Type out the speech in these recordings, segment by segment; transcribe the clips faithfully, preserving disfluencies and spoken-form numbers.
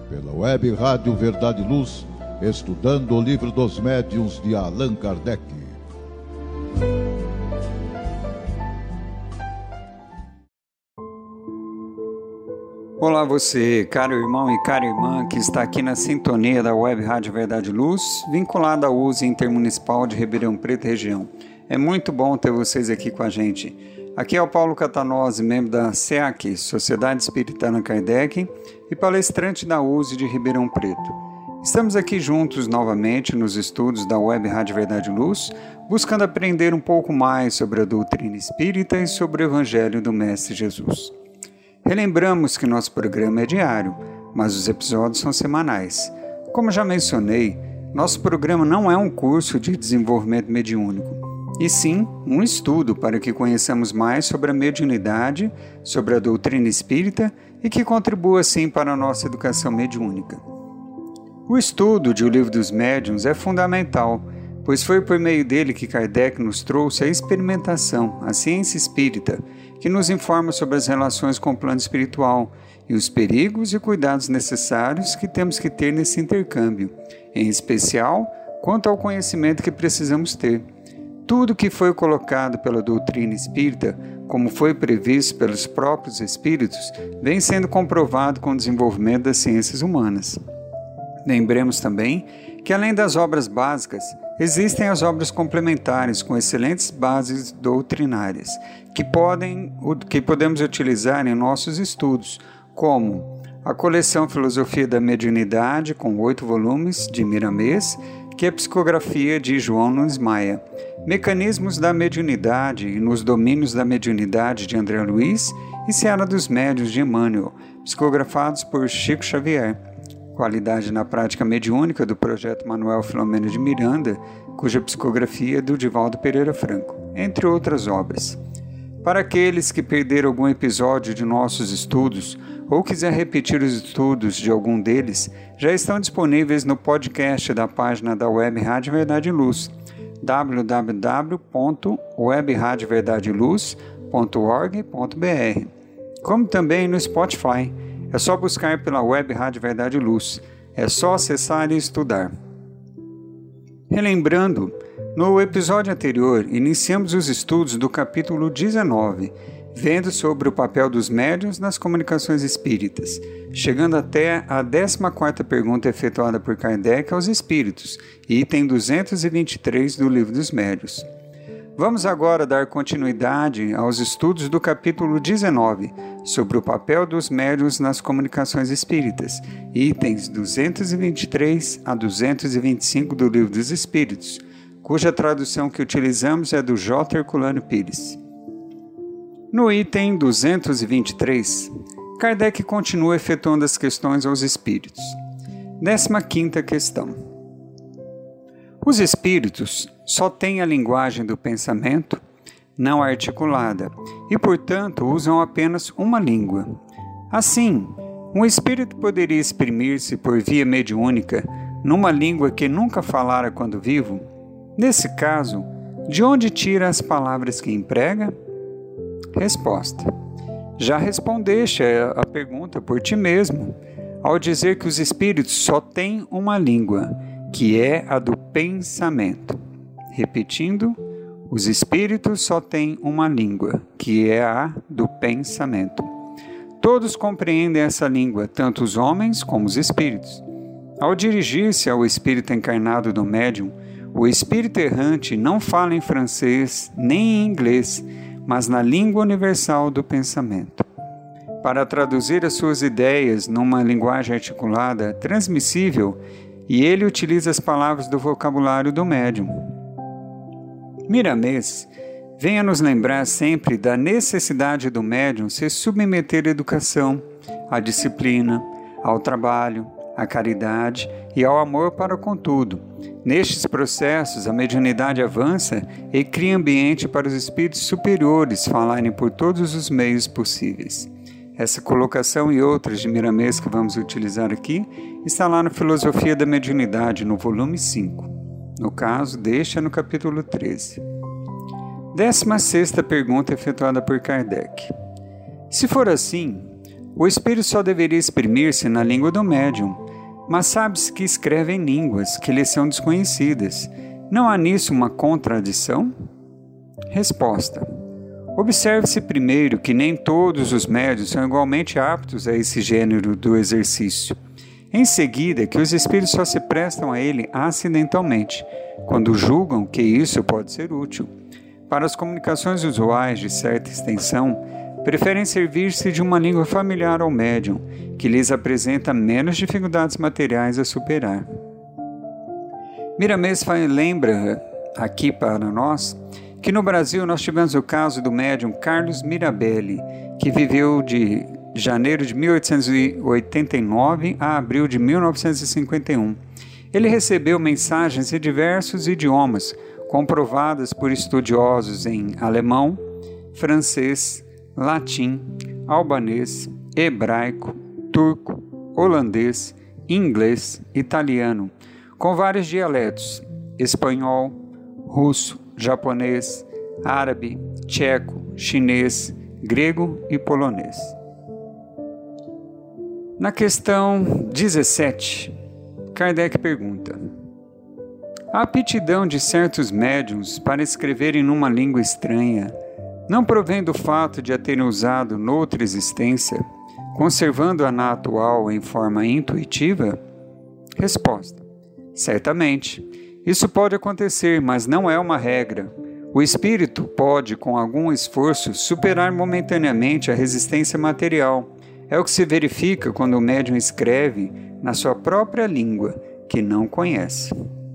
pela Web Rádio Verdade e Luz, estudando o Livro dos Médiuns de Allan Kardec. Olá você, caro irmão e cara irmã que está aqui na sintonia da Web Rádio Verdade e Luz, vinculada à U S E Intermunicipal de Ribeirão Preto região. É muito bom ter vocês aqui com a gente. Aqui é o Paulo Catanose, membro da S E A C, Sociedade Espírita Allan Kardec, e palestrante da U S E de Ribeirão Preto. Estamos aqui juntos novamente nos estudos da Web Rádio Verdade e Luz, buscando aprender um pouco mais sobre a doutrina espírita e sobre o Evangelho do Mestre Jesus. Relembramos que nosso programa é diário, mas os episódios são semanais. Como já mencionei, nosso programa não é um curso de desenvolvimento mediúnico, e sim um estudo para que conheçamos mais sobre a mediunidade, sobre a doutrina espírita e que contribua assim para a nossa educação mediúnica. O estudo de O Livro dos Médiuns é fundamental, pois foi por meio dele que Kardec nos trouxe a experimentação, a ciência espírita, que nos informa sobre as relações com o plano espiritual e os perigos e cuidados necessários que temos que ter nesse intercâmbio, em especial quanto ao conhecimento que precisamos ter. Tudo que foi colocado pela doutrina espírita, como foi previsto pelos próprios espíritos, vem sendo comprovado com o desenvolvimento das ciências humanas. Lembremos também que, além das obras básicas, existem as obras complementares com excelentes bases doutrinárias que, podem, que podemos utilizar em nossos estudos, como a coleção Filosofia da Mediunidade, com oito volumes, de Miramês, que é a psicografia de João Nunes Maia, Mecanismos da Mediunidade e nos Domínios da Mediunidade, de André Luiz, e Seara dos Médiuns, de Emmanuel, psicografados por Chico Xavier. Qualidade na Prática Mediúnica, do Projeto Manuel Filomeno de Miranda, cuja psicografia é do Divaldo Pereira Franco, entre outras obras. Para aqueles que perderam algum episódio de nossos estudos ou quiser repetir os estudos de algum deles, já estão disponíveis no podcast da página da Web Rádio Verdade e Luz, w w w ponto web rádio verdade e luz ponto org ponto b r, como também no Spotify. É só buscar pela Web Rádio Verdade e Luz. É só acessar e estudar. Relembrando, no episódio anterior, iniciamos os estudos do capítulo dezenove, vendo sobre o papel dos médiuns nas comunicações espíritas, chegando até a décima quarta pergunta efetuada por Kardec aos espíritos, item duzentos e vinte e três do Livro dos Médiuns. Vamos agora dar continuidade aos estudos do capítulo dezenove, sobre o papel dos médiuns nas comunicações espíritas, itens duzentos e vinte e três a duzentos e vinte e cinco do Livro dos Espíritos, cuja tradução que utilizamos é do J. Herculano Pires. No item duzentos e vinte e três, Kardec continua efetuando as questões aos espíritos. décima quinta questão. Os espíritos só têm a linguagem do pensamento não articulada e, portanto, usam apenas uma língua. Assim, um espírito poderia exprimir-se por via mediúnica numa língua que nunca falara quando vivo? Nesse caso, de onde tira as palavras que emprega? Resposta. Já respondeste a pergunta por ti mesmo, ao dizer que os espíritos só têm uma língua, que é a do pensamento. Repetindo, os espíritos só têm uma língua, que é a do pensamento. Todos compreendem essa língua, tanto os homens como os espíritos. Ao dirigir-se ao espírito encarnado do médium, o espírito errante não fala em francês nem em inglês, mas na língua universal do pensamento. Para traduzir as suas ideias numa linguagem articulada, transmissível, e ele utiliza as palavras do vocabulário do médium. Miramês venha nos lembrar sempre da necessidade do médium se submeter à educação, à disciplina, ao trabalho, à caridade e ao amor para com tudo. Nestes processos, a mediunidade avança e cria ambiente para os espíritos superiores falarem por todos os meios possíveis. Essa colocação e outras de Miramês que vamos utilizar aqui está lá no Filosofia da Mediunidade, no volume cinco. No caso, deixa no capítulo treze. Décima sexta pergunta efetuada por Kardec. Se for assim, O espírito só deveria exprimir-se na língua do médium, mas sabe-se que escreve em línguas que lhe são desconhecidas. Não há nisso uma contradição? Resposta. Observe-se primeiro que nem todos os médiuns são igualmente aptos a esse gênero do exercício. Em seguida, que os espíritos só se prestam a ele acidentalmente, quando julgam que isso pode ser útil. Para as comunicações usuais de certa extensão, preferem servir-se de uma língua familiar ao médium, que lhes apresenta menos dificuldades materiais a superar. Miramês lembra aqui para nós que no Brasil nós tivemos o caso do médium Carlos Mirabelli, que viveu de janeiro de mil oitocentos e oitenta e nove a abril de mil novecentos e cinquenta e um. Ele recebeu mensagens em diversos idiomas, comprovadas por estudiosos em alemão, francês, latim, albanês, hebraico, turco, holandês, inglês, italiano, com vários dialetos, espanhol, russo, japonês, árabe, tcheco, chinês, grego e polonês. Na questão dezessete, Kardec pergunta: a aptidão de certos médiuns para escreverem numa língua estranha não provém do fato de a terem usado noutra existência, conservando-a na atual em forma intuitiva? Resposta: certamente. Isso pode acontecer, mas não é uma regra. O espírito pode, com algum esforço, superar momentaneamente a resistência material. É o que se verifica quando o médium escreve na sua própria língua, que não conhece.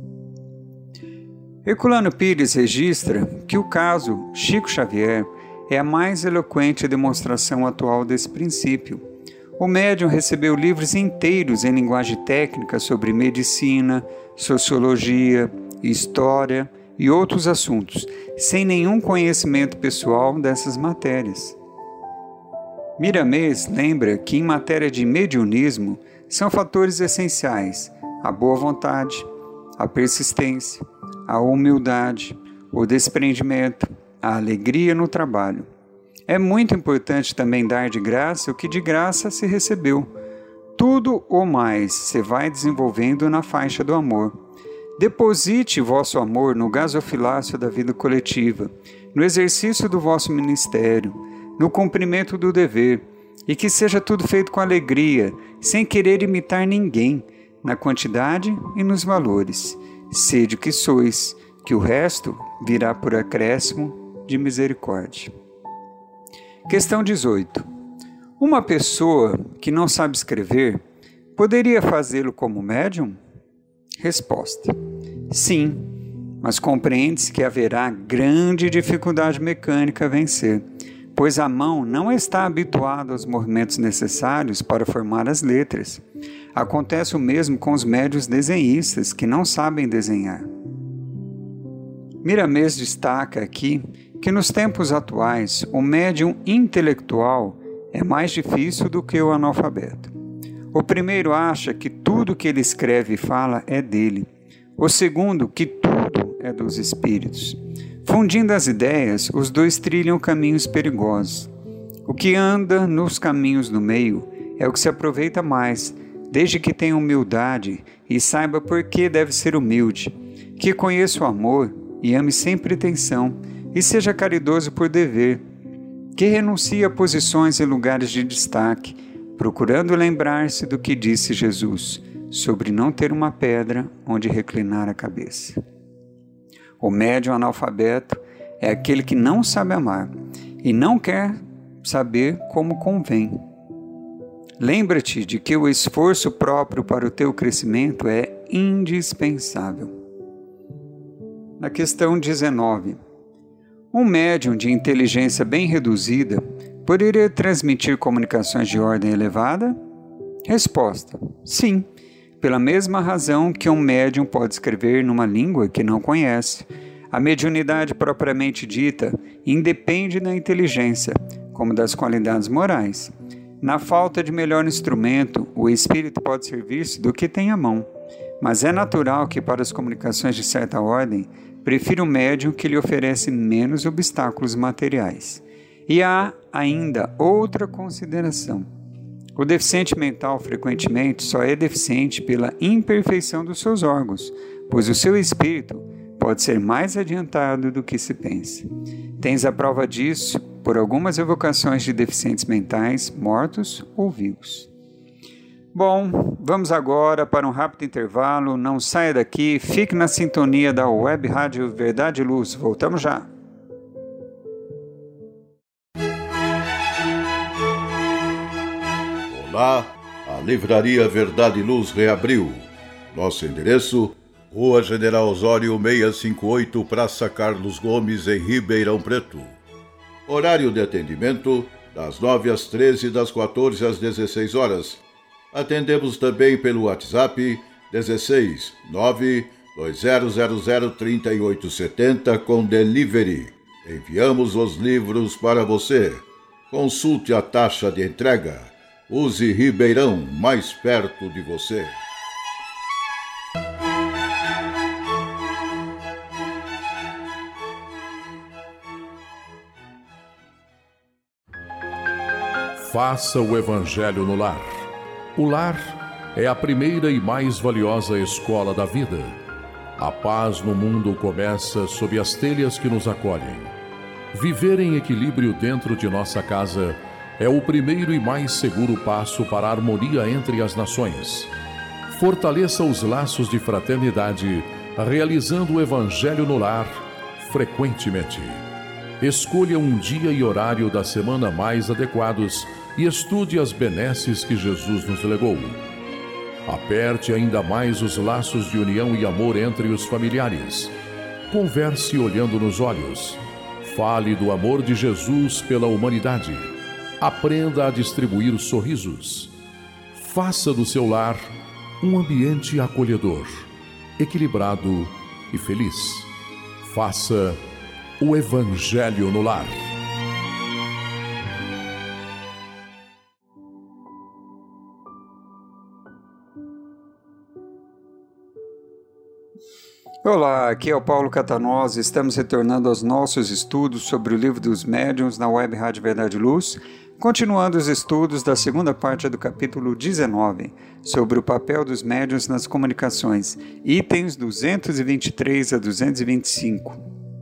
Herculano Pires registra que o caso Chico Xavier é a mais eloquente demonstração atual desse princípio. O médium recebeu livros inteiros em linguagem técnica sobre medicina, sociologia, história e outros assuntos, sem nenhum conhecimento pessoal dessas matérias. Miramês lembra que em matéria de mediunismo são fatores essenciais a boa vontade, a persistência, a humildade, o desprendimento, a alegria no trabalho. É muito importante também dar de graça o que de graça se recebeu. Tudo ou mais se vai desenvolvendo na faixa do amor. Deposite vosso amor no gasofilácio da vida coletiva, no exercício do vosso ministério, no cumprimento do dever, e que seja tudo feito com alegria, sem querer imitar ninguém, na quantidade e nos valores. Sede o que sois, que o resto virá por acréscimo de misericórdia. Questão dezoito. Uma pessoa que não sabe escrever poderia fazê-lo como médium? Resposta: sim, mas compreende-se que haverá grande dificuldade mecânica a vencer, pois a mão não está habituada aos movimentos necessários para formar as letras. Acontece o mesmo com os médiuns desenhistas que não sabem desenhar. Miramês destaca aqui que nos tempos atuais o médium intelectual é mais difícil do que o analfabeto. O primeiro acha que tudo que ele escreve e fala é dele. O segundo, que tudo é dos espíritos. Fundindo as ideias, os dois trilham caminhos perigosos. O que anda nos caminhos do meio é o que se aproveita mais, desde que tenha humildade e saiba por que deve ser humilde, que conheça o amor e ame sem pretensão e seja caridoso por dever, que renuncie a posições e lugares de destaque, procurando lembrar-se do que disse Jesus sobre não ter uma pedra onde reclinar a cabeça. O médium analfabeto é aquele que não sabe amar e não quer saber como convém. Lembra-te de que o esforço próprio para o teu crescimento é indispensável. Na questão dezenove. Um médium de inteligência bem reduzida poderia transmitir comunicações de ordem elevada? Resposta: sim, pela mesma razão que um médium pode escrever numa língua que não conhece. A mediunidade propriamente dita independe da inteligência, como das qualidades morais. Na falta de melhor instrumento, o espírito pode servir-se do que tem à mão, mas é natural que para as comunicações de certa ordem, prefira um médium que lhe oferece menos obstáculos materiais. E há ainda outra consideração. O deficiente mental frequentemente só é deficiente pela imperfeição dos seus órgãos, pois o seu espírito pode ser mais adiantado do que se pensa. Tens a prova disso por algumas evocações de deficientes mentais mortos ou vivos. Bom, vamos agora para um rápido intervalo. Não saia daqui, fique na sintonia da Web Rádio Verdade e Luz. Voltamos já. Olá, a Livraria Verdade e Luz reabriu. Nosso endereço: Rua General Osório seiscentos e cinquenta e oito, Praça Carlos Gomes, em Ribeirão Preto. Horário de atendimento: das nove às treze e das quatorze às dezesseis horas. Atendemos também pelo WhatsApp dezesseis nove dois zero zero zero três oito sete zero com delivery. Enviamos os livros para você. Consulte a taxa de entrega. Use Ribeirão, mais perto de você. Faça o Evangelho no lar. O lar é a primeira e mais valiosa escola da vida. A paz no mundo começa sob as telhas que nos acolhem. Viver em equilíbrio dentro de nossa casa é o primeiro e mais seguro passo para a harmonia entre as nações. Fortaleça os laços de fraternidade, realizando o Evangelho no lar frequentemente. Escolha um dia e horário da semana mais adequados e estude as benesses que Jesus nos legou. Aperte ainda mais os laços de união e amor entre os familiares. Converse olhando nos olhos. Fale do amor de Jesus pela humanidade. Aprenda a distribuir sorrisos. Faça do seu lar um ambiente acolhedor, equilibrado e feliz. Faça o Evangelho no lar. Olá, aqui é o Paulo Catanosa. Estamos retornando aos nossos estudos sobre o Livro dos Médiuns na Web Rádio Verdade e Luz, continuando os estudos da segunda parte do capítulo dezenove, sobre o papel dos médiuns nas comunicações, itens duzentos e vinte e três a duzentos e vinte e cinco.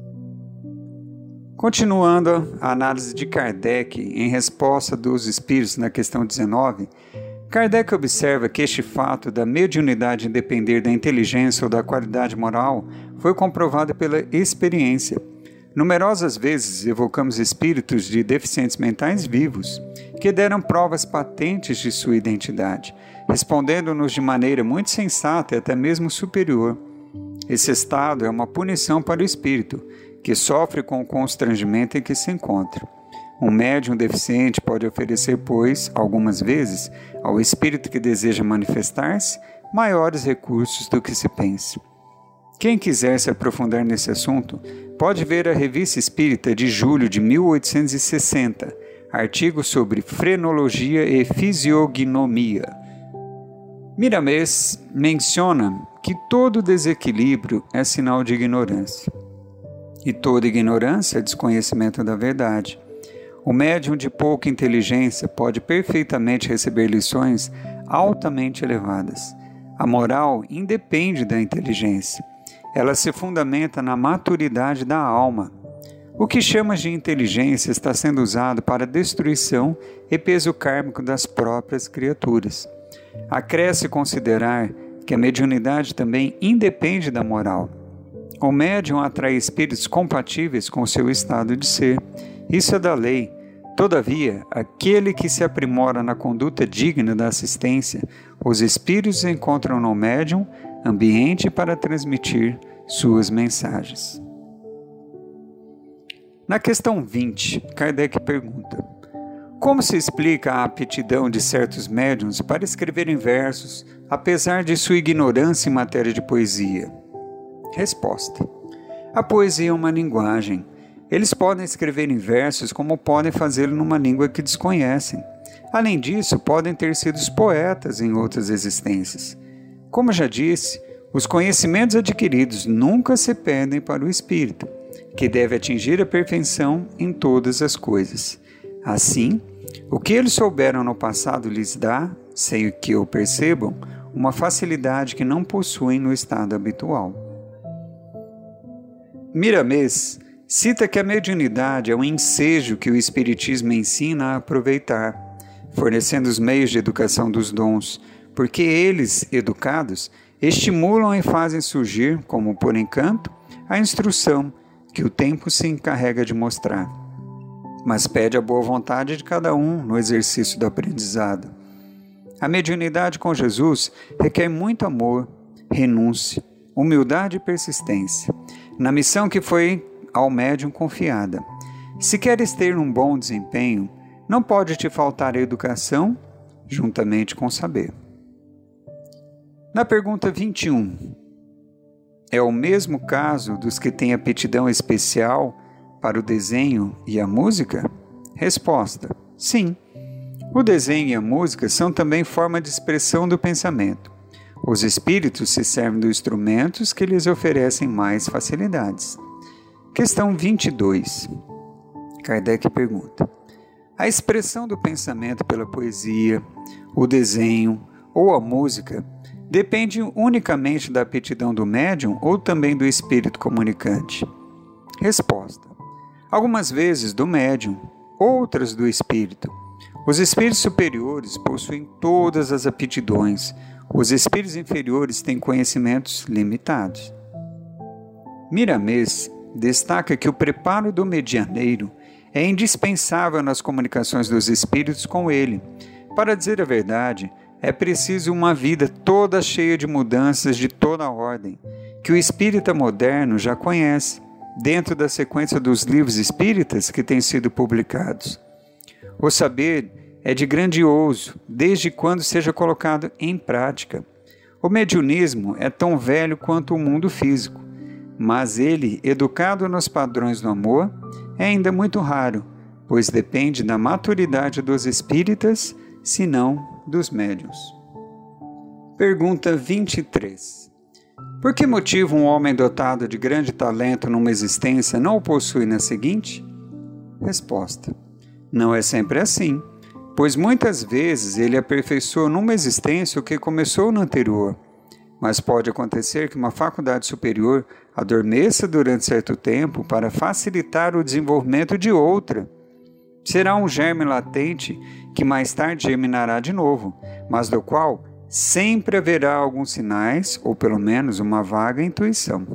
Continuando a análise de Kardec em resposta dos espíritos na questão dezenove, Kardec observa que este fato da mediunidade depender da inteligência ou da qualidade moral foi comprovado pela experiência. Numerosas vezes evocamos espíritos de deficientes mentais vivos, que deram provas patentes de sua identidade, respondendo-nos de maneira muito sensata e até mesmo superior. Esse estado é uma punição para o espírito, que sofre com o constrangimento em que se encontra. Um médium deficiente pode oferecer, pois, algumas vezes, ao espírito que deseja manifestar-se, maiores recursos do que se pensa. Quem quiser se aprofundar nesse assunto, pode ver a Revista Espírita de julho de mil oitocentos e sessenta, artigo sobre frenologia e fisiognomia. Miramês menciona que todo desequilíbrio é sinal de ignorância, e toda ignorância é desconhecimento da verdade. O médium de pouca inteligência pode perfeitamente receber lições altamente elevadas. A moral independe da inteligência. Ela se fundamenta na maturidade da alma. O que chamas de inteligência está sendo usado para a destruição e peso kármico das próprias criaturas. Acresce considerar que a mediunidade também independe da moral. O médium atrai espíritos compatíveis com o seu estado de ser. Isso é da lei. Todavia, aquele que se aprimora na conduta digna da assistência, os espíritos encontram no médium ambiente para transmitir suas mensagens. Na questão vinte, Kardec pergunta: como se explica a aptidão de certos médiuns para escreverem versos, apesar de sua ignorância em matéria de poesia? Resposta: a poesia é uma linguagem. Eles podem escrever em versos como podem fazê-lo numa língua que desconhecem. Além disso, podem ter sido poetas em outras existências. Como já disse, os conhecimentos adquiridos nunca se perdem para o espírito, que deve atingir a perfeição em todas as coisas. Assim, O que eles souberam no passado lhes dá, sem que o percebam, uma facilidade que não possuem no estado habitual. Miramês cita que a mediunidade é um ensejo que o Espiritismo ensina a aproveitar, fornecendo os meios de educação dos dons, porque eles, educados, estimulam e fazem surgir, como por encanto, a instrução que o tempo se encarrega de mostrar, mas pede a boa vontade de cada um no exercício do aprendizado. A mediunidade com Jesus requer muito amor, renúncia, humildade e persistência, na missão que foi ao médium confiada. Se queres ter um bom desempenho, não pode te faltar a educação, juntamente com saber. Na pergunta vinte e um, é o mesmo caso dos que têm aptidão especial para o desenho e a música? Resposta: sim. O desenho e a música são também forma de expressão do pensamento. Os espíritos se servem dos instrumentos que lhes oferecem mais facilidades. Questão vinte e dois. Kardec pergunta: a expressão do pensamento pela poesia, o desenho ou a música depende unicamente da aptidão do médium ou também do espírito comunicante? Resposta: algumas vezes do médium, outras do espírito. Os espíritos superiores possuem todas as aptidões, os espíritos inferiores têm conhecimentos limitados. Miramês destaca que o preparo do medianeiro é indispensável nas comunicações dos espíritos com ele. Para dizer a verdade, é preciso uma vida toda cheia de mudanças de toda a ordem, que o espírita moderno já conhece, dentro da sequência dos livros espíritas que têm sido publicados. O saber é de grandioso, desde quando seja colocado em prática. O mediunismo é tão velho quanto o mundo físico, mas ele, educado nos padrões do amor, é ainda muito raro, pois depende da maturidade dos espíritas, se não dos médiuns. Pergunta vinte e três. Por que motivo um homem dotado de grande talento numa existência não o possui na seguinte? Resposta: não é sempre assim, pois muitas vezes ele aperfeiçoa numa existência o que começou na anterior, mas pode acontecer que uma faculdade superior adormeça durante certo tempo para facilitar o desenvolvimento de outra. Será um germe latente que mais tarde germinará de novo, mas do qual sempre haverá alguns sinais, ou pelo menos uma vaga intuição.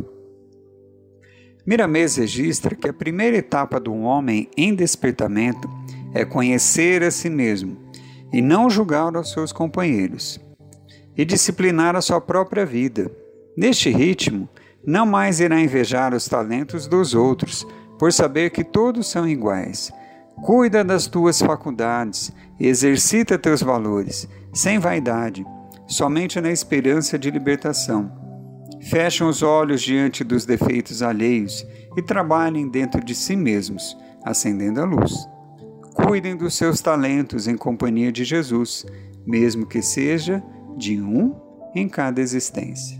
Miramês registra que a primeira etapa do homem em despertamento é conhecer a si mesmo e não julgar os seus companheiros, e disciplinar a sua própria vida. Neste ritmo, não mais irá invejar os talentos dos outros, por saber que todos são iguais. Cuida das tuas faculdades, exercita teus valores, sem vaidade, somente na esperança de libertação. Fechem os olhos diante dos defeitos alheios e trabalhem dentro de si mesmos, acendendo a luz. Cuidem dos seus talentos em companhia de Jesus, mesmo que seja de um em cada existência.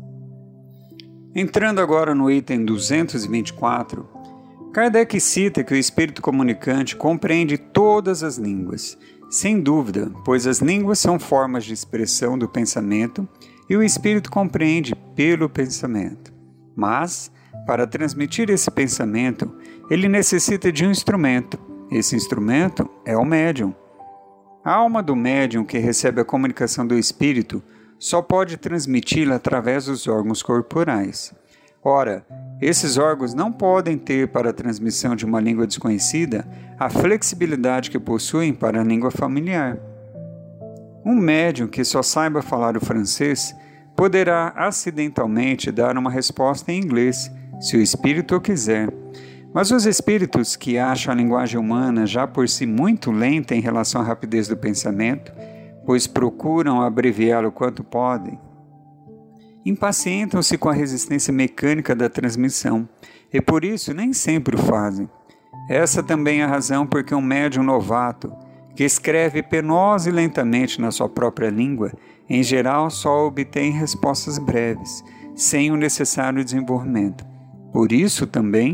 Entrando agora no item duzentos e vinte e quatro, Kardec cita que o espírito comunicante compreende todas as línguas, sem dúvida, pois as línguas são formas de expressão do pensamento e o espírito compreende pelo pensamento. Mas, para transmitir esse pensamento, ele necessita de um instrumento. Esse instrumento é o médium. A alma do médium que recebe a comunicação do espírito só pode transmiti-la através dos órgãos corporais. Ora, esses órgãos não podem ter para a transmissão de uma língua desconhecida a flexibilidade que possuem para a língua familiar. Um médium que só saiba falar o francês poderá acidentalmente dar uma resposta em inglês, se o espírito o quiser. Mas os espíritos que acham a linguagem humana já por si muito lenta em relação à rapidez do pensamento, pois procuram abreviá-lo o quanto podem, impacientam-se com a resistência mecânica da transmissão e por isso nem sempre o fazem. Essa também é a razão por que um médium novato, que escreve penosa e lentamente na sua própria língua, em geral só obtém respostas breves, sem o necessário desenvolvimento. Por isso também,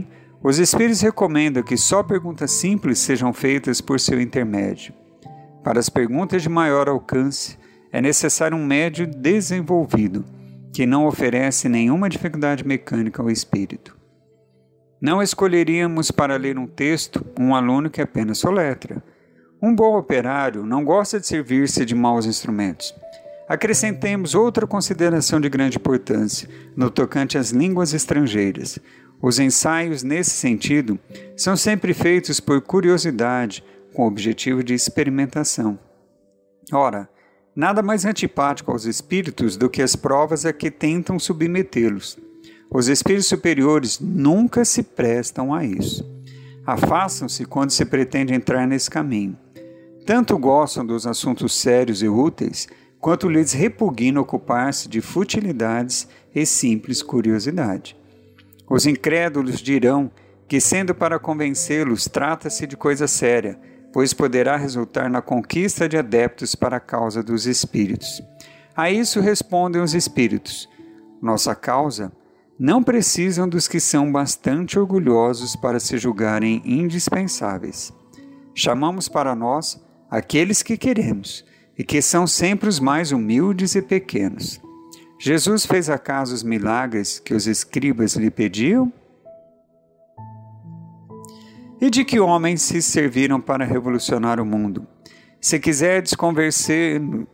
Os espíritos recomendam que só perguntas simples sejam feitas por seu intermédio. Para as perguntas de maior alcance, é necessário um médio desenvolvido, que não oferece nenhuma dificuldade mecânica ao espírito. Não escolheríamos para ler um texto um aluno que apenas soletra. Um bom operário não gosta de servir-se de maus instrumentos. Acrescentemos outra consideração de grande importância, no tocante às línguas estrangeiras. Os ensaios, nesse sentido, são sempre feitos por curiosidade, com o objetivo de experimentação. Ora, nada mais antipático aos espíritos do que as provas a que tentam submetê-los. Os espíritos superiores nunca se prestam a isso. Afastam-se quando se pretende entrar nesse caminho. Tanto gostam dos assuntos sérios e úteis, quanto lhes repugna ocupar-se de futilidades e simples curiosidade. Os incrédulos dirão que, sendo para convencê-los, trata-se de coisa séria, pois poderá resultar na conquista de adeptos para a causa dos espíritos. A isso respondem os espíritos: nossa causa não precisam dos que são bastante orgulhosos para se julgarem indispensáveis. Chamamos para nós aqueles que queremos, e que são sempre os mais humildes e pequenos. Jesus fez acaso os milagres que os escribas lhe pediam? E de que homens se serviram para revolucionar o mundo? Se quiserdes convencer-vos,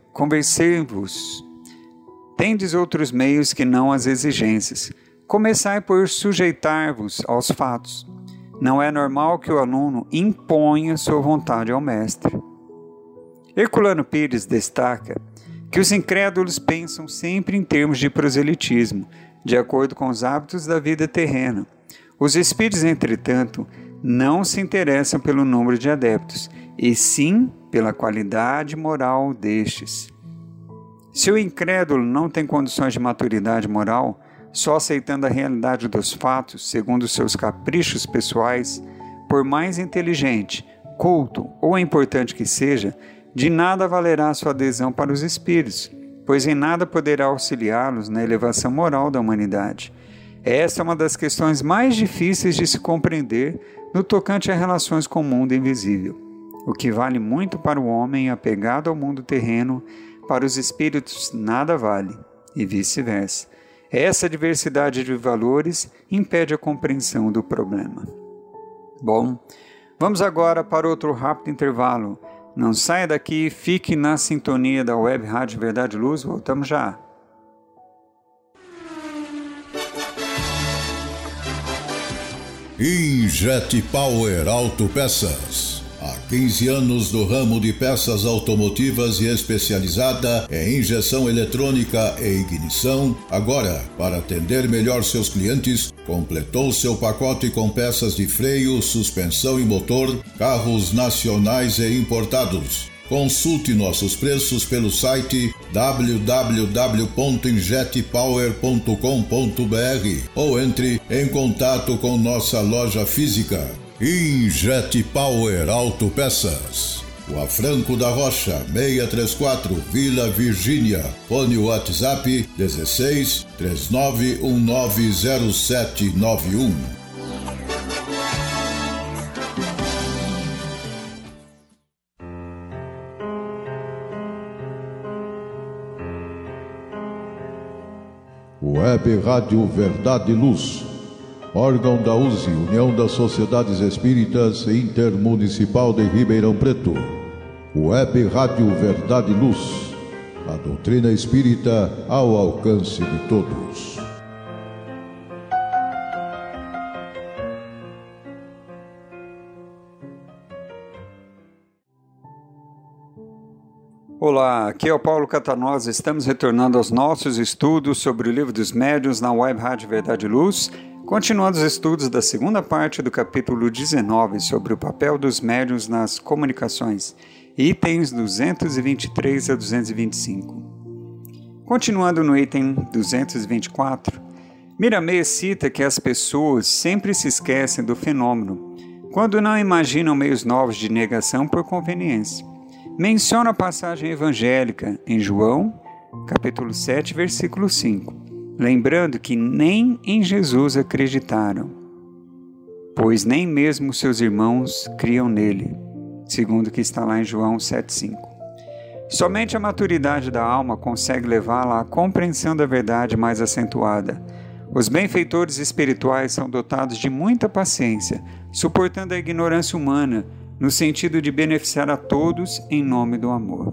tendes outros meios que não as exigências. Começai por sujeitar-vos aos fatos. Não é normal que o aluno imponha sua vontade ao mestre. Herculano Pires destaca que os incrédulos pensam sempre em termos de proselitismo, de acordo com os hábitos da vida terrena. Os espíritos, entretanto, não se interessam pelo número de adeptos, e sim pela qualidade moral destes. Se o incrédulo não tem condições de maturidade moral, só aceitando a realidade dos fatos segundo seus caprichos pessoais, por mais inteligente, culto ou importante que seja, de nada valerá sua adesão para os espíritos, pois em nada poderá auxiliá-los na elevação moral da humanidade. Esta é uma das questões mais difíceis de se compreender no tocante a relações com o mundo invisível. O que vale muito para o homem apegado ao mundo terreno, para os espíritos nada vale, e vice-versa. Essa diversidade de valores impede a compreensão do problema. Bom, vamos agora para outro rápido intervalo. Não saia daqui, fique na sintonia da Web Rádio Verdade e Luz, voltamos já. Injet Power Autopeças. Há quinze anos no ramo de peças automotivas e especializada em injeção eletrônica e ignição, agora, para atender melhor seus clientes, completou seu pacote com peças de freio, suspensão e motor, carros nacionais e importados. Consulte nossos preços pelo site w w w ponto injet power ponto com ponto b r ou entre em contato com nossa loja física. Injet Power Autopeças. Rua Franco da Rocha, seiscentos e trinta e quatro, Vila Virgínia. Fone WhatsApp dezesseis, três nove um nove zero sete nove um. Web Rádio Verdade e Luz, órgão da U S E, União das Sociedades Espíritas Intermunicipal de Ribeirão Preto. Web Rádio Verdade e Luz, a doutrina espírita ao alcance de todos. Olá, aqui é o Paulo Catanosa. Estamos retornando aos nossos estudos sobre o Livro dos Médiuns na Web Rádio Verdade e Luz, continuando os estudos da segunda parte do capítulo dezenove sobre o papel dos médiuns nas comunicações, itens duzentos e vinte e três a duzentos e vinte e cinco. Continuando no item duzentos e vinte e quatro, Miramês cita que as pessoas sempre se esquecem do fenômeno quando não imaginam meios novos de negação por conveniência. Menciona a passagem evangélica em João, capítulo sete, versículo cinco, lembrando que nem em Jesus acreditaram, pois pois nem mesmo seus irmãos criam nele, segundo o que está lá em João sete, cinco. Somente a maturidade da alma consegue levá-la à compreensão da verdade mais acentuada. Os benfeitores espirituais são dotados de muita paciência, suportando a ignorância humana, no sentido de beneficiar a todos em nome do amor.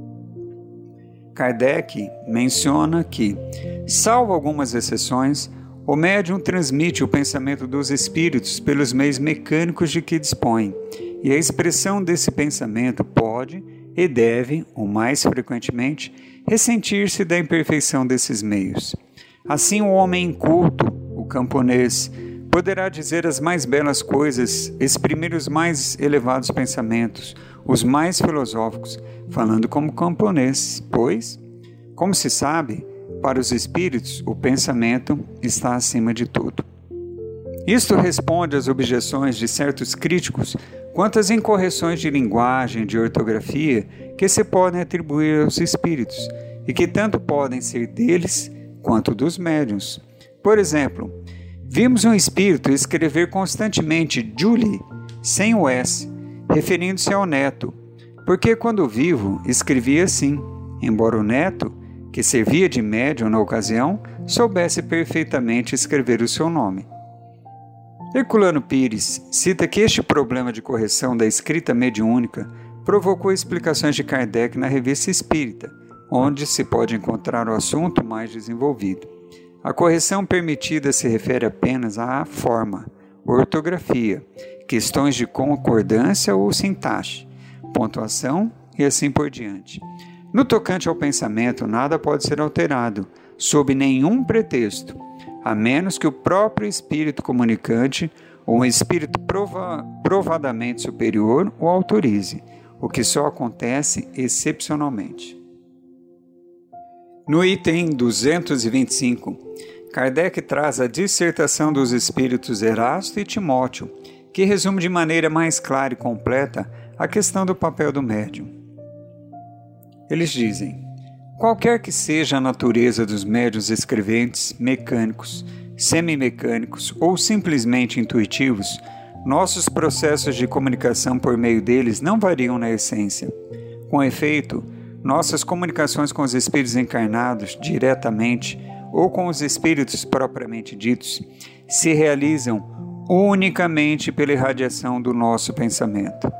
Kardec menciona que, salvo algumas exceções, o médium transmite o pensamento dos espíritos pelos meios mecânicos de que dispõe, e a expressão desse pensamento pode e deve, o mais frequentemente, ressentir-se da imperfeição desses meios. Assim, o homem inculto, o camponês, poderá dizer as mais belas coisas, exprimir os mais elevados pensamentos, os mais filosóficos, falando como camponês, pois, como se sabe, para os espíritos o pensamento está acima de tudo. Isto responde às objeções de certos críticos quanto às incorreções de linguagem, de ortografia, que se podem atribuir aos espíritos, e que tanto podem ser deles quanto dos médiuns. Por exemplo, vimos um espírito escrever constantemente Julie, sem o S, referindo-se ao neto, porque quando vivo escrevia assim, embora o neto, que servia de médium na ocasião, soubesse perfeitamente escrever o seu nome. Herculano Pires cita que este problema de correção da escrita mediúnica provocou explicações de Kardec na Revista Espírita, onde se pode encontrar o assunto mais desenvolvido. A correção permitida se refere apenas à forma, ortografia, questões de concordância ou sintaxe, pontuação e assim por diante. No tocante ao pensamento, nada pode ser alterado, sob nenhum pretexto, a menos que o próprio espírito comunicante ou um espírito prova- provadamente superior o autorize, o que só acontece excepcionalmente. No item duzentos e vinte e cinco, Kardec traz a dissertação dos espíritos Erasto e Timóteo, que resume de maneira mais clara e completa a questão do papel do médium. Eles dizem: qualquer que seja a natureza dos médiuns escreventes, mecânicos, semimecânicos ou simplesmente intuitivos, nossos processos de comunicação por meio deles não variam na essência. Com efeito, nossas comunicações com os espíritos encarnados, diretamente, ou com os espíritos propriamente ditos, se realizam unicamente pela irradiação do nosso pensamento.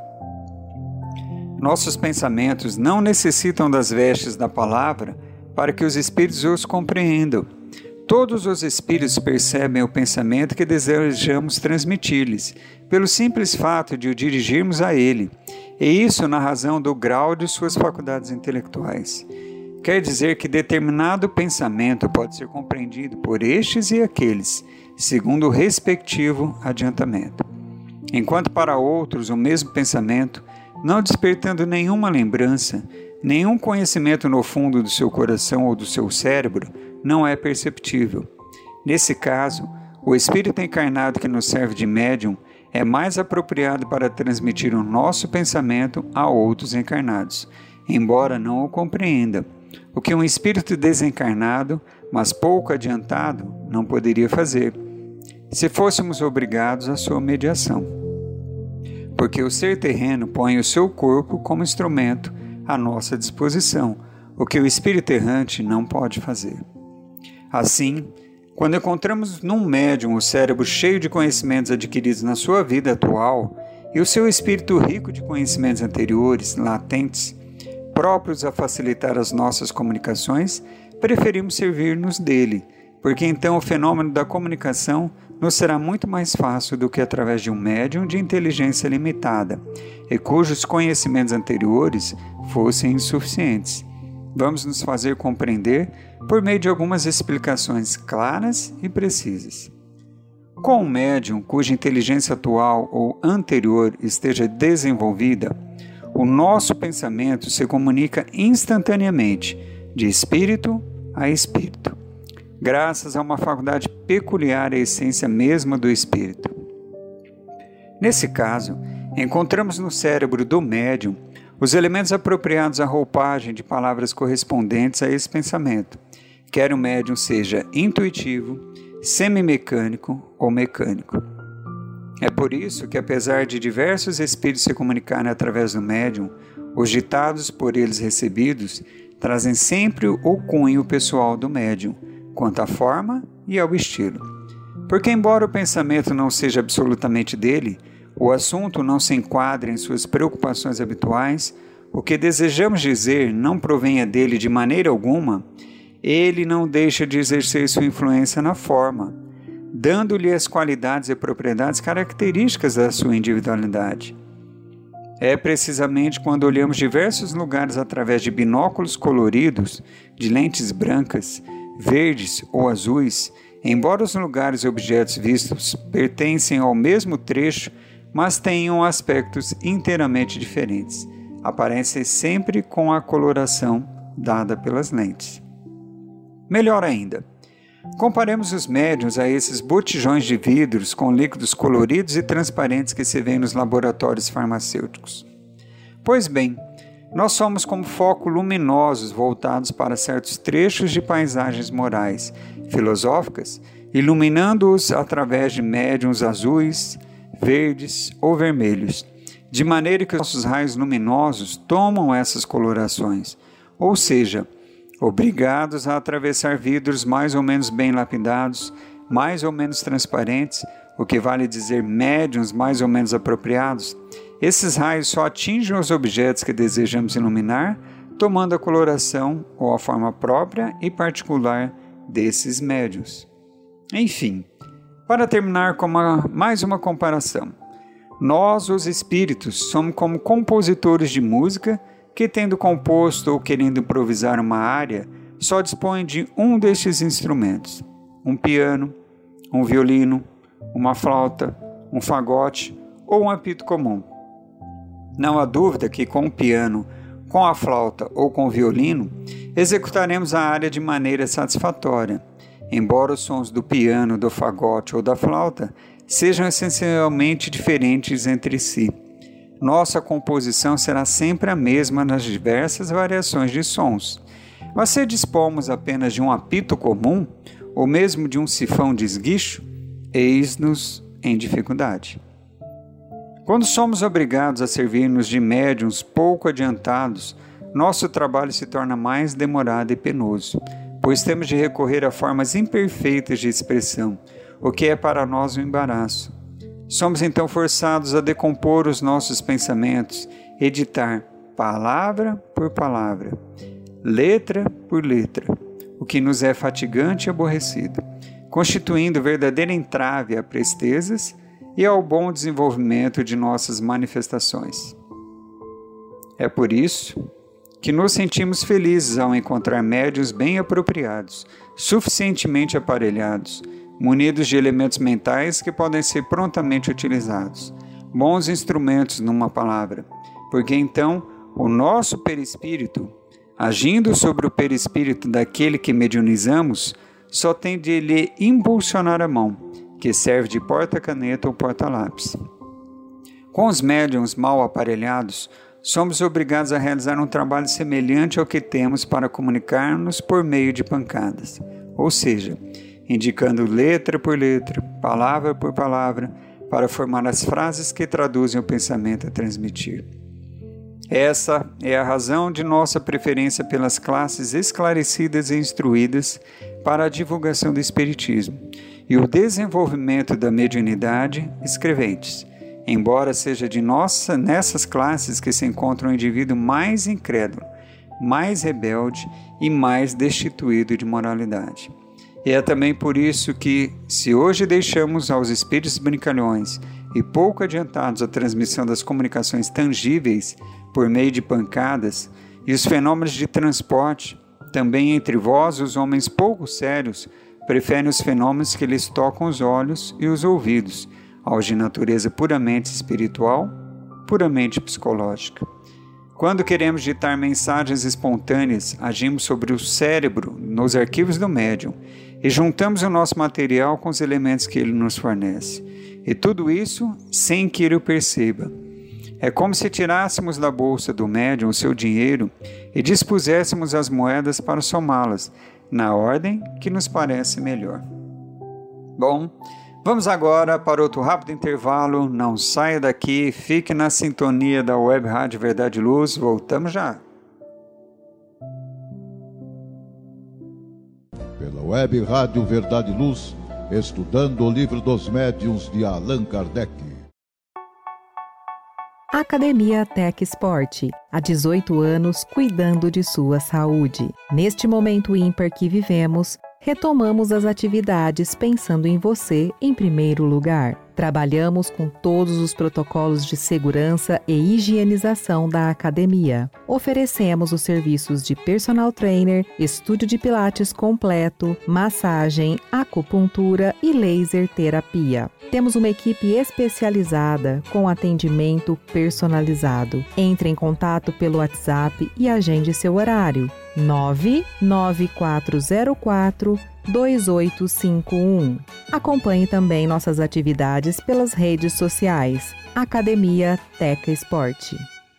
Nossos pensamentos não necessitam das vestes da palavra para que os espíritos os compreendam. Todos os espíritos percebem o pensamento que desejamos transmitir-lhes, pelo simples fato de o dirigirmos a ele, e isso na razão do grau de suas faculdades intelectuais. Quer dizer que determinado pensamento pode ser compreendido por estes e aqueles, segundo o respectivo adiantamento. Enquanto para outros o mesmo pensamento, não despertando nenhuma lembrança, nenhum conhecimento no fundo do seu coração ou do seu cérebro, não é perceptível. Nesse caso, o espírito encarnado que nos serve de médium é mais apropriado para transmitir o nosso pensamento a outros encarnados, embora não o compreenda, o que um espírito desencarnado, mas pouco adiantado, não poderia fazer, se fôssemos obrigados à sua mediação. Porque o ser terreno põe o seu corpo como instrumento à nossa disposição, o que o espírito errante não pode fazer. Assim, quando encontramos num médium o cérebro cheio de conhecimentos adquiridos na sua vida atual e o seu espírito rico de conhecimentos anteriores, latentes, próprios a facilitar as nossas comunicações, preferimos servir-nos dele, porque então o fenômeno da comunicação nos será muito mais fácil do que através de um médium de inteligência limitada, e cujos conhecimentos anteriores fossem insuficientes. Vamos nos fazer compreender por meio de algumas explicações claras e precisas. Com um médium cuja inteligência atual ou anterior esteja desenvolvida, o nosso pensamento se comunica instantaneamente, de espírito a espírito, graças a uma faculdade peculiar à essência mesma do espírito. Nesse caso, encontramos no cérebro do médium os elementos apropriados à roupagem de palavras correspondentes a esse pensamento, quer o médium seja intuitivo, semimecânico ou mecânico. É por isso que, apesar de diversos espíritos se comunicarem através do médium, os ditados por eles recebidos trazem sempre o cunho pessoal do médium, quanto à forma e ao estilo. Porque, embora o pensamento não seja absolutamente dele, o assunto não se enquadre em suas preocupações habituais, o que desejamos dizer não provenha dele de maneira alguma, ele não deixa de exercer sua influência na forma, dando-lhe as qualidades e propriedades características da sua individualidade. É precisamente quando olhamos diversos lugares através de binóculos coloridos, de lentes brancas, verdes ou azuis, embora os lugares e objetos vistos pertencem ao mesmo trecho, mas tenham aspectos inteiramente diferentes. Aparecem sempre com a coloração dada pelas lentes. Melhor ainda, comparemos os médiuns a esses botijões de vidros com líquidos coloridos e transparentes que se vêem nos laboratórios farmacêuticos. Pois bem, nós somos como focos luminosos voltados para certos trechos de paisagens morais, filosóficas, iluminando-os através de médiuns azuis, verdes ou vermelhos, de maneira que os nossos raios luminosos tomam essas colorações, ou seja, obrigados a atravessar vidros mais ou menos bem lapidados, mais ou menos transparentes, o que vale dizer médiuns mais ou menos apropriados, esses raios só atingem os objetos que desejamos iluminar, tomando a coloração ou a forma própria e particular desses médiuns. Enfim, para terminar com uma, mais uma comparação, nós, os espíritos, somos como compositores de música que, tendo composto ou querendo improvisar uma área, só dispõem de um destes instrumentos, um piano, um violino, uma flauta, um fagote ou um apito comum. Não há dúvida que com o piano, com a flauta ou com o violino, executaremos a área de maneira satisfatória, embora os sons do piano, do fagote ou da flauta sejam essencialmente diferentes entre si. Nossa composição será sempre a mesma nas diversas variações de sons. Mas se dispomos apenas de um apito comum, ou mesmo de um sifão de esguicho, eis-nos em dificuldade. Quando somos obrigados a servir-nos de médiuns pouco adiantados, nosso trabalho se torna mais demorado e penoso, pois temos de recorrer a formas imperfeitas de expressão, o que é para nós um embaraço. Somos então forçados a decompor os nossos pensamentos, editar palavra por palavra, letra por letra, o que nos é fatigante e aborrecido, constituindo verdadeira entrave a prestezas e ao bom desenvolvimento de nossas manifestações. É por isso que nos sentimos felizes ao encontrar médiuns bem apropriados, suficientemente aparelhados, munidos de elementos mentais que podem ser prontamente utilizados, bons instrumentos numa palavra, porque então o nosso perispírito, agindo sobre o perispírito daquele que mediunizamos, só tem de lhe impulsionar a mão, que serve de porta-caneta ou porta-lápis. Com os médiuns mal aparelhados, somos obrigados a realizar um trabalho semelhante ao que temos para comunicar-nos por meio de pancadas, ou seja, indicando letra por letra, palavra por palavra, para formar as frases que traduzem o pensamento a transmitir. Essa é a razão de nossa preferência pelas classes esclarecidas e instruídas para a divulgação do Espiritismo e o desenvolvimento da mediunidade escreventes, embora seja de nossa nessas classes que se encontra o indivíduo mais incrédulo, mais rebelde e mais destituído de moralidade. E é também por isso que, se hoje deixamos aos espíritos brincalhões e pouco adiantados a transmissão das comunicações tangíveis por meio de pancadas e os fenômenos de transporte, também entre vós os homens pouco sérios preferem os fenômenos que lhes tocam os olhos e os ouvidos, aos de natureza puramente espiritual, puramente psicológica. Quando queremos ditar mensagens espontâneas, agimos sobre o cérebro nos arquivos do médium e juntamos o nosso material com os elementos que ele nos fornece. E tudo isso sem que ele o perceba. É como se tirássemos da bolsa do médium o seu dinheiro e dispuséssemos as moedas para somá-las, na ordem que nos parece melhor. Bom, Vamos agora para outro rápido intervalo. Não saia daqui, fique na sintonia da Web Rádio Verdade e Luz. Voltamos já. Pela Web Rádio Verdade e Luz, estudando o Livro dos Médiuns de Allan Kardec. Academia Tec Sport, há dezoito anos cuidando de sua saúde. Neste momento ímpar que vivemos, retomamos as atividades pensando em você em primeiro lugar. Trabalhamos com todos os protocolos de segurança e higienização da academia. Oferecemos os serviços de personal trainer, estúdio de pilates completo, massagem, acupuntura e laser terapia. Temos uma equipe especializada com atendimento personalizado. Entre em contato pelo WhatsApp e agende seu horário. nove nove quatro zero quatro dois oito cinco um. Acompanhe também nossas atividades pelas redes sociais. Academia Tec Sport.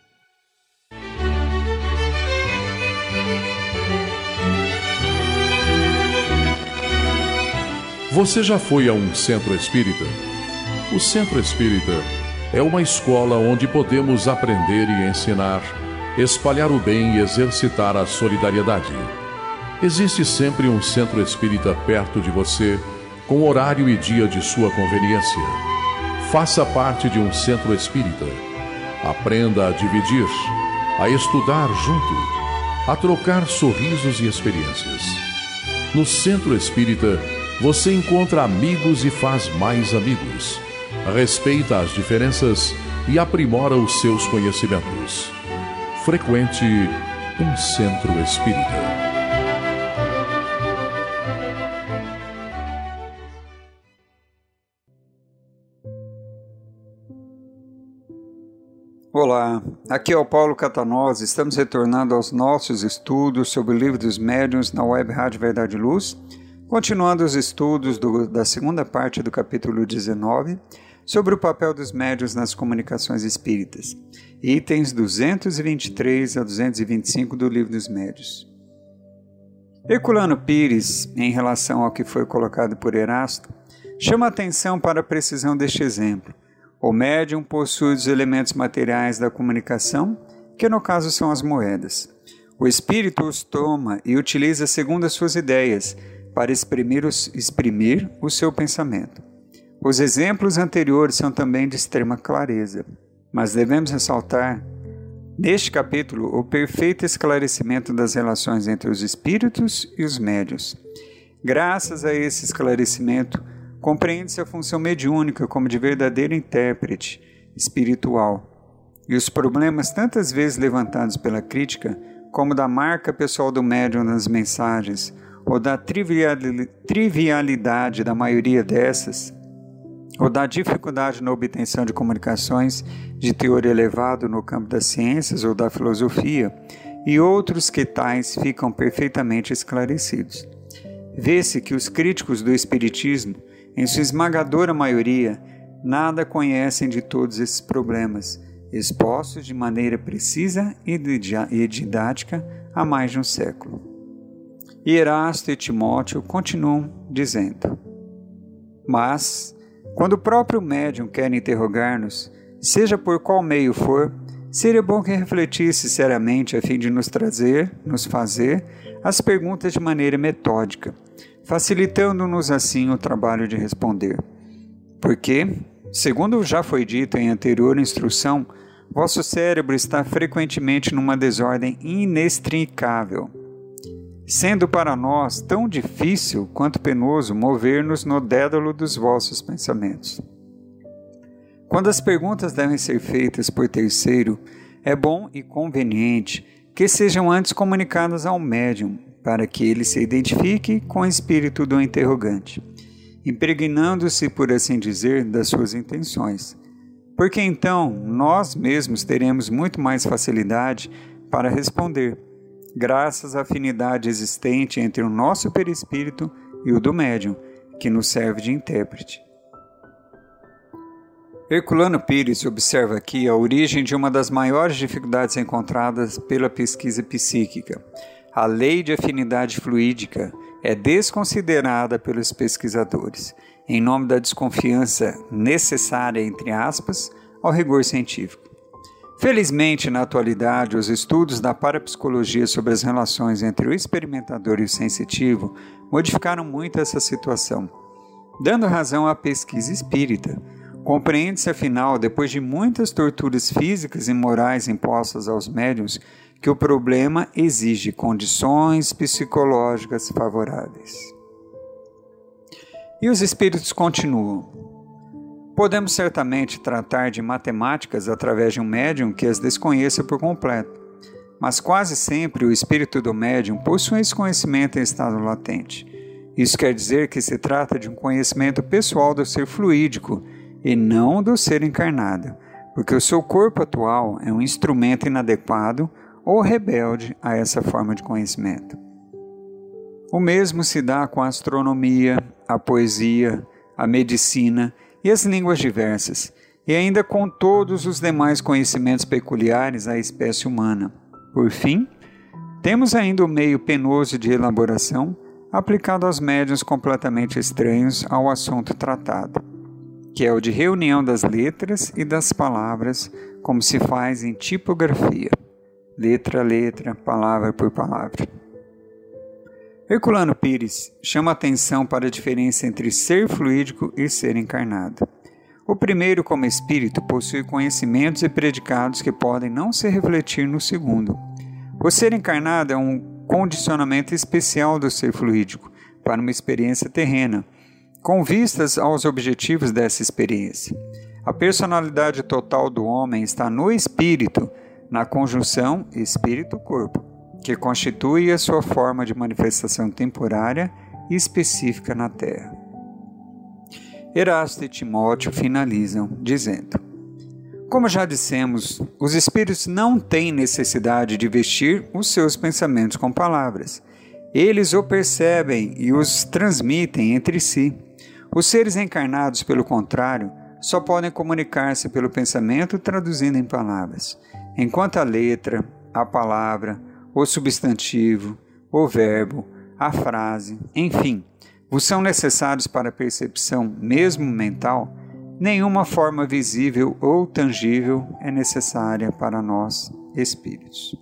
Você já foi a um centro espírita? O centro espírita é uma escola onde podemos aprender e ensinar, espalhar o bem e exercitar a solidariedade. Existe sempre um centro espírita perto de você, com horário e dia de sua conveniência. Faça parte de um centro espírita. Aprenda a dividir, a estudar junto, a trocar sorrisos e experiências. No centro espírita, você encontra amigos e faz mais amigos. Respeita as diferenças e aprimora os seus conhecimentos. Frequente um centro espírita. Olá, aqui é o Paulo Catanós. Estamos retornando aos nossos estudos sobre o Livro dos Médiuns na Web Rádio Verdade e Luz, continuando os estudos do, da segunda parte do capítulo dezenove, sobre o papel dos médiuns nas comunicações espíritas, itens duzentos e vinte e três a duzentos e vinte e cinco do Livro dos Médiuns. Herculano Pires, em relação ao que foi colocado por Erasto, chama a atenção para a precisão deste exemplo. O médium possui os elementos materiais da comunicação, que no caso são as moedas. O espírito os toma e utiliza segundo as suas ideias, para exprimir, os, exprimir o seu pensamento. Os exemplos anteriores são também de extrema clareza, mas devemos ressaltar, neste capítulo, o perfeito esclarecimento das relações entre os espíritos e os médiuns. Graças a esse esclarecimento, compreende-se a função mediúnica como de verdadeiro intérprete espiritual, e os problemas tantas vezes levantados pela crítica, como da marca pessoal do médium nas mensagens, ou da trivialidade da maioria dessas, ou da dificuldade na obtenção de comunicações de teor elevado no campo das ciências ou da filosofia, e outros que tais ficam perfeitamente esclarecidos. Vê-se que os críticos do espiritismo, em sua esmagadora maioria, nada conhecem de todos esses problemas, expostos de maneira precisa e didática há mais de um século. E Erasto e Timóteo continuam dizendo: mas, quando o próprio médium quer interrogar-nos, seja por qual meio for, seria bom que refletisse seriamente a fim de nos trazer, nos fazer, as perguntas de maneira metódica, facilitando-nos assim o trabalho de responder. Porque, segundo já foi dito em anterior instrução, vosso cérebro está frequentemente numa desordem inextricável, sendo para nós tão difícil quanto penoso mover-nos no dédalo dos vossos pensamentos. Quando as perguntas devem ser feitas por terceiro, é bom e conveniente que sejam antes comunicadas ao médium, para que ele se identifique com o espírito do interrogante, impregnando-se, por assim dizer, das suas intenções, porque então nós mesmos teremos muito mais facilidade para responder, graças à afinidade existente entre o nosso perispírito e o do médium, que nos serve de intérprete. Herculano Pires observa aqui a origem de uma das maiores dificuldades encontradas pela pesquisa psíquica, a lei de afinidade fluídica é desconsiderada pelos pesquisadores, em nome da desconfiança necessária, entre aspas, ao rigor científico. Felizmente, na atualidade, os estudos da parapsicologia sobre as relações entre o experimentador e o sensitivo modificaram muito essa situação, dando razão à pesquisa espírita. Compreende-se, afinal, depois de muitas torturas físicas e morais impostas aos médiuns, que o problema exige condições psicológicas favoráveis. E os espíritos continuam. Podemos certamente tratar de matemáticas através de um médium que as desconheça por completo, mas quase sempre o espírito do médium possui esse conhecimento em estado latente. Isso quer dizer que se trata de um conhecimento pessoal do ser fluídico e não do ser encarnado, porque o seu corpo atual é um instrumento inadequado ou rebelde a essa forma de conhecimento. O mesmo se dá com a astronomia, a poesia, a medicina e as línguas diversas, e ainda com todos os demais conhecimentos peculiares à espécie humana. Por fim, temos ainda o meio penoso de elaboração aplicado aos médiuns completamente estranhos ao assunto tratado, que é o de reunião das letras e das palavras, como se faz em tipografia, letra a letra, palavra por palavra. Herculano Pires chama atenção para a diferença entre ser fluídico e ser encarnado. O primeiro, como espírito, possui conhecimentos e predicados que podem não se refletir no segundo. O ser encarnado é um condicionamento especial do ser fluídico para uma experiência terrena, com vistas aos objetivos dessa experiência. A personalidade total do homem está no espírito, na conjunção espírito-corpo, que constitui a sua forma de manifestação temporária e específica na Terra. Erasto e Timóteo finalizam dizendo: como já dissemos, os espíritos não têm necessidade de vestir os seus pensamentos com palavras. Eles o percebem e os transmitem entre si. Os seres encarnados, pelo contrário, só podem comunicar-se pelo pensamento traduzindo em palavras, enquanto a letra, a palavra, o substantivo, o verbo, a frase, enfim, vos são necessários para a percepção, mesmo mental. Nenhuma forma visível ou tangível é necessária para nós, espíritos.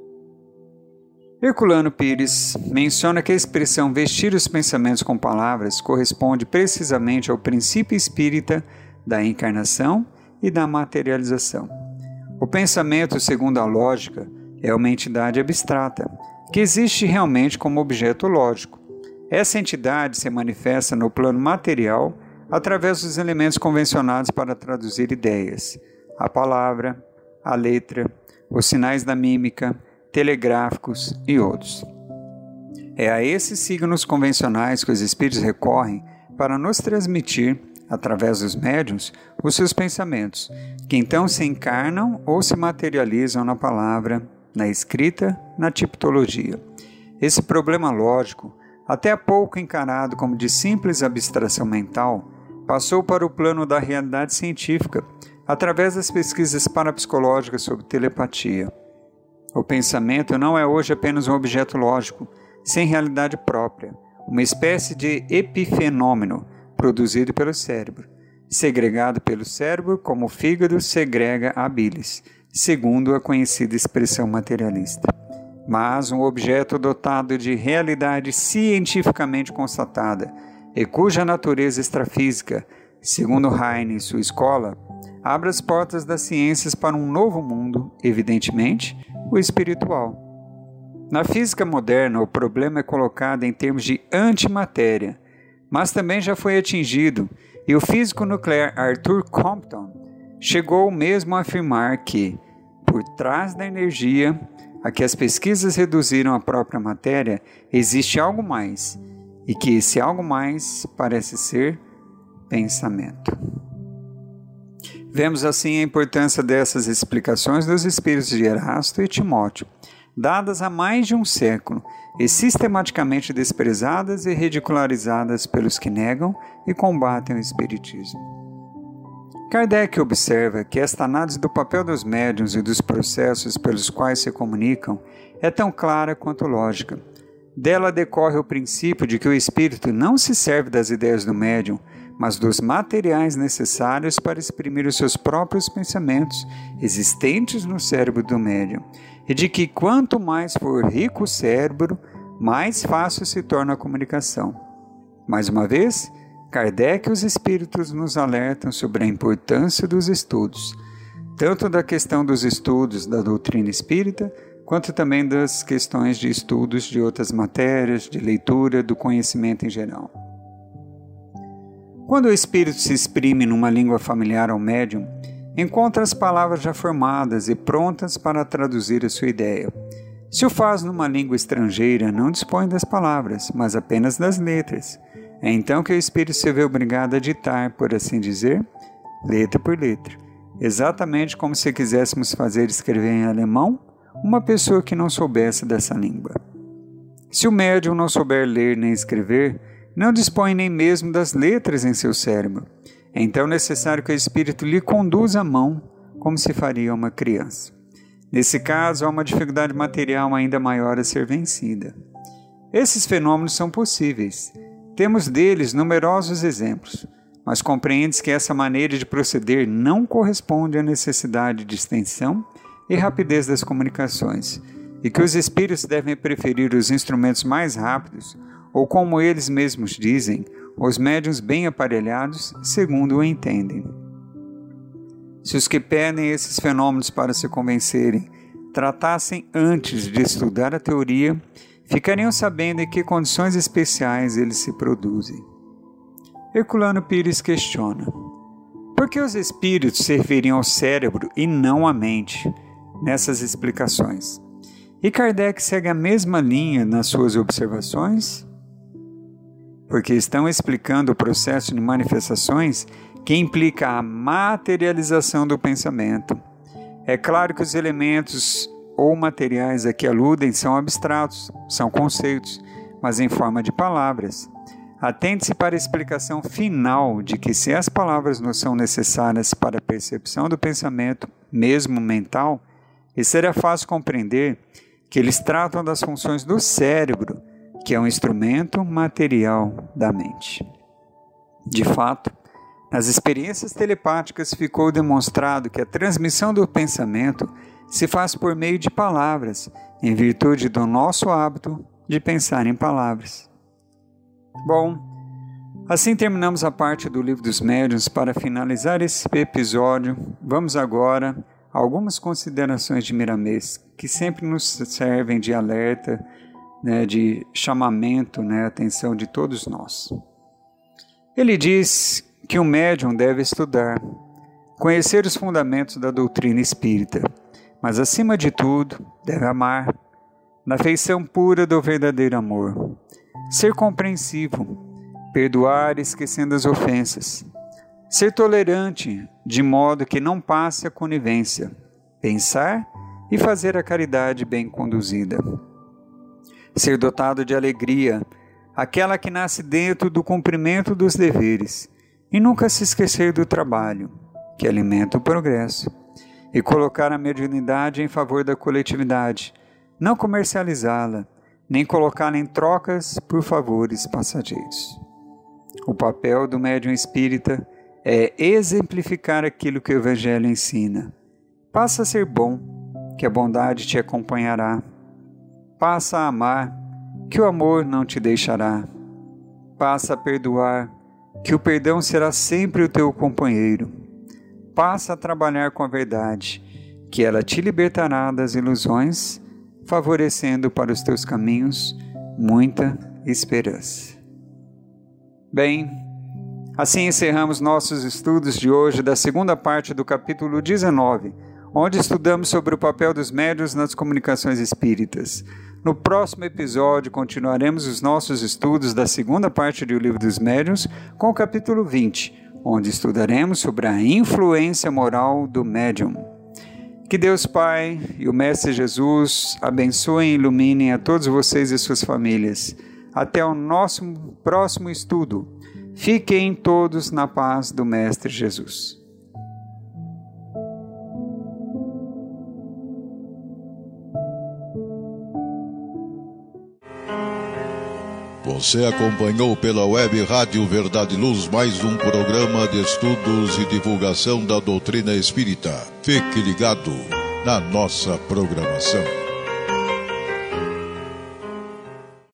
Herculano Pires menciona que a expressão vestir os pensamentos com palavras corresponde precisamente ao princípio espírita da encarnação e da materialização. O pensamento, segundo a lógica, é uma entidade abstrata, que existe realmente como objeto lógico. Essa entidade se manifesta no plano material através dos elementos convencionados para traduzir ideias: a palavra, a letra, os sinais da mímica, telegráficos e outros. É a esses signos convencionais que os espíritos recorrem para nos transmitir, através dos médiuns, os seus pensamentos, que então se encarnam ou se materializam na palavra, na escrita, na tipologia. Esse problema lógico, até há pouco encarado como de simples abstração mental, passou para o plano da realidade científica, através das pesquisas parapsicológicas sobre telepatia. O pensamento não é hoje apenas um objeto lógico, sem realidade própria, uma espécie de epifenômeno produzido pelo cérebro, segregado pelo cérebro como o fígado segrega a bilis, segundo a conhecida expressão materialista. Mas um objeto dotado de realidade cientificamente constatada e cuja natureza extrafísica, segundo Heine e sua escola, abre as portas das ciências para um novo mundo, evidentemente, o espiritual. Na física moderna, o problema é colocado em termos de antimatéria, mas também já foi atingido, e o físico nuclear Arthur Compton chegou mesmo a afirmar que, por trás da energia a que as pesquisas reduziram a própria matéria, existe algo mais, e que esse algo mais parece ser pensamento. Vemos assim a importância dessas explicações dos espíritos de Erasto e Timóteo, dadas há mais de um século e sistematicamente desprezadas e ridicularizadas pelos que negam e combatem o espiritismo. Kardec observa que esta análise do papel dos médiuns e dos processos pelos quais se comunicam é tão clara quanto lógica. Dela decorre o princípio de que o espírito não se serve das ideias do médium, mas dos materiais necessários para exprimir os seus próprios pensamentos existentes no cérebro do médium, e de que quanto mais for rico o cérebro, mais fácil se torna a comunicação. Mais uma vez, Kardec e os espíritos nos alertam sobre a importância dos estudos, tanto da questão dos estudos da doutrina espírita, quanto também das questões de estudos de outras matérias, de leitura, do conhecimento em geral. Quando o espírito se exprime numa língua familiar ao médium, encontra as palavras já formadas e prontas para traduzir a sua ideia. Se o faz numa língua estrangeira, não dispõe das palavras, mas apenas das letras. É então que o espírito se vê obrigado a ditar, por assim dizer, letra por letra, exatamente como se quiséssemos fazer escrever em alemão uma pessoa que não soubesse dessa língua. Se o médium não souber ler nem escrever, não dispõe nem mesmo das letras em seu cérebro. É então necessário que o espírito lhe conduza a mão, como se faria uma criança. Nesse caso, há uma dificuldade material ainda maior a ser vencida. Esses fenômenos são possíveis. Temos deles numerosos exemplos, mas compreende-se que essa maneira de proceder não corresponde à necessidade de extensão e rapidez das comunicações, e que os espíritos devem preferir os instrumentos mais rápidos, ou como eles mesmos dizem, os médiuns bem aparelhados, segundo o entendem. Se os que pedem esses fenômenos para se convencerem tratassem antes de estudar a teoria, ficariam sabendo em que condições especiais eles se produzem. Herculano Pires questiona: por que os espíritos serviriam ao cérebro e não à mente nessas explicações? E Kardec segue a mesma linha nas suas observações? Porque estão explicando o processo de manifestações que implica a materialização do pensamento. É claro que os elementos ou materiais a que aludem são abstratos, são conceitos, mas em forma de palavras. Atende-se para a explicação final de que se as palavras não são necessárias para a percepção do pensamento, mesmo mental, e será fácil compreender que eles tratam das funções do cérebro, que é um instrumento material da mente. De fato, nas experiências telepáticas ficou demonstrado que a transmissão do pensamento se faz por meio de palavras, em virtude do nosso hábito de pensar em palavras. Bom, assim terminamos a parte do Livro dos Médiuns. Para finalizar esse episódio, vamos agora a algumas considerações de Miramês, que sempre nos servem de alerta, né, de chamamento, né, atenção de todos nós. Ele diz que o médium deve estudar, conhecer os fundamentos da doutrina espírita, mas acima de tudo deve amar, na feição pura do verdadeiro amor, ser compreensivo, perdoar esquecendo as ofensas, ser tolerante de modo que não passe a conivência, pensar e fazer a caridade bem conduzida, ser dotado de alegria, aquela que nasce dentro do cumprimento dos deveres, e nunca se esquecer do trabalho, que alimenta o progresso, e colocar a mediunidade em favor da coletividade, não comercializá-la, nem colocá-la em trocas por favores passageiros. O papel do médium espírita é exemplificar aquilo que o Evangelho ensina. Passa a ser bom, que a bondade te acompanhará. Passa a amar, que o amor não te deixará. Passa a perdoar, que o perdão será sempre o teu companheiro. Passa a trabalhar com a verdade, que ela te libertará das ilusões, favorecendo para os teus caminhos muita esperança. Bem, assim encerramos nossos estudos de hoje da segunda parte do capítulo dezenove, onde estudamos sobre o papel dos médiuns nas comunicações espíritas. No próximo episódio, continuaremos os nossos estudos da segunda parte do Livro dos Médiuns com o capítulo vinte, onde estudaremos sobre a influência moral do médium. Que Deus Pai e o Mestre Jesus abençoem e iluminem a todos vocês e suas famílias. Até o nosso próximo estudo. Fiquem todos na paz do Mestre Jesus. Você acompanhou pela Web Rádio Verdade e Luz mais um programa de estudos e divulgação da doutrina espírita. Fique ligado na nossa programação.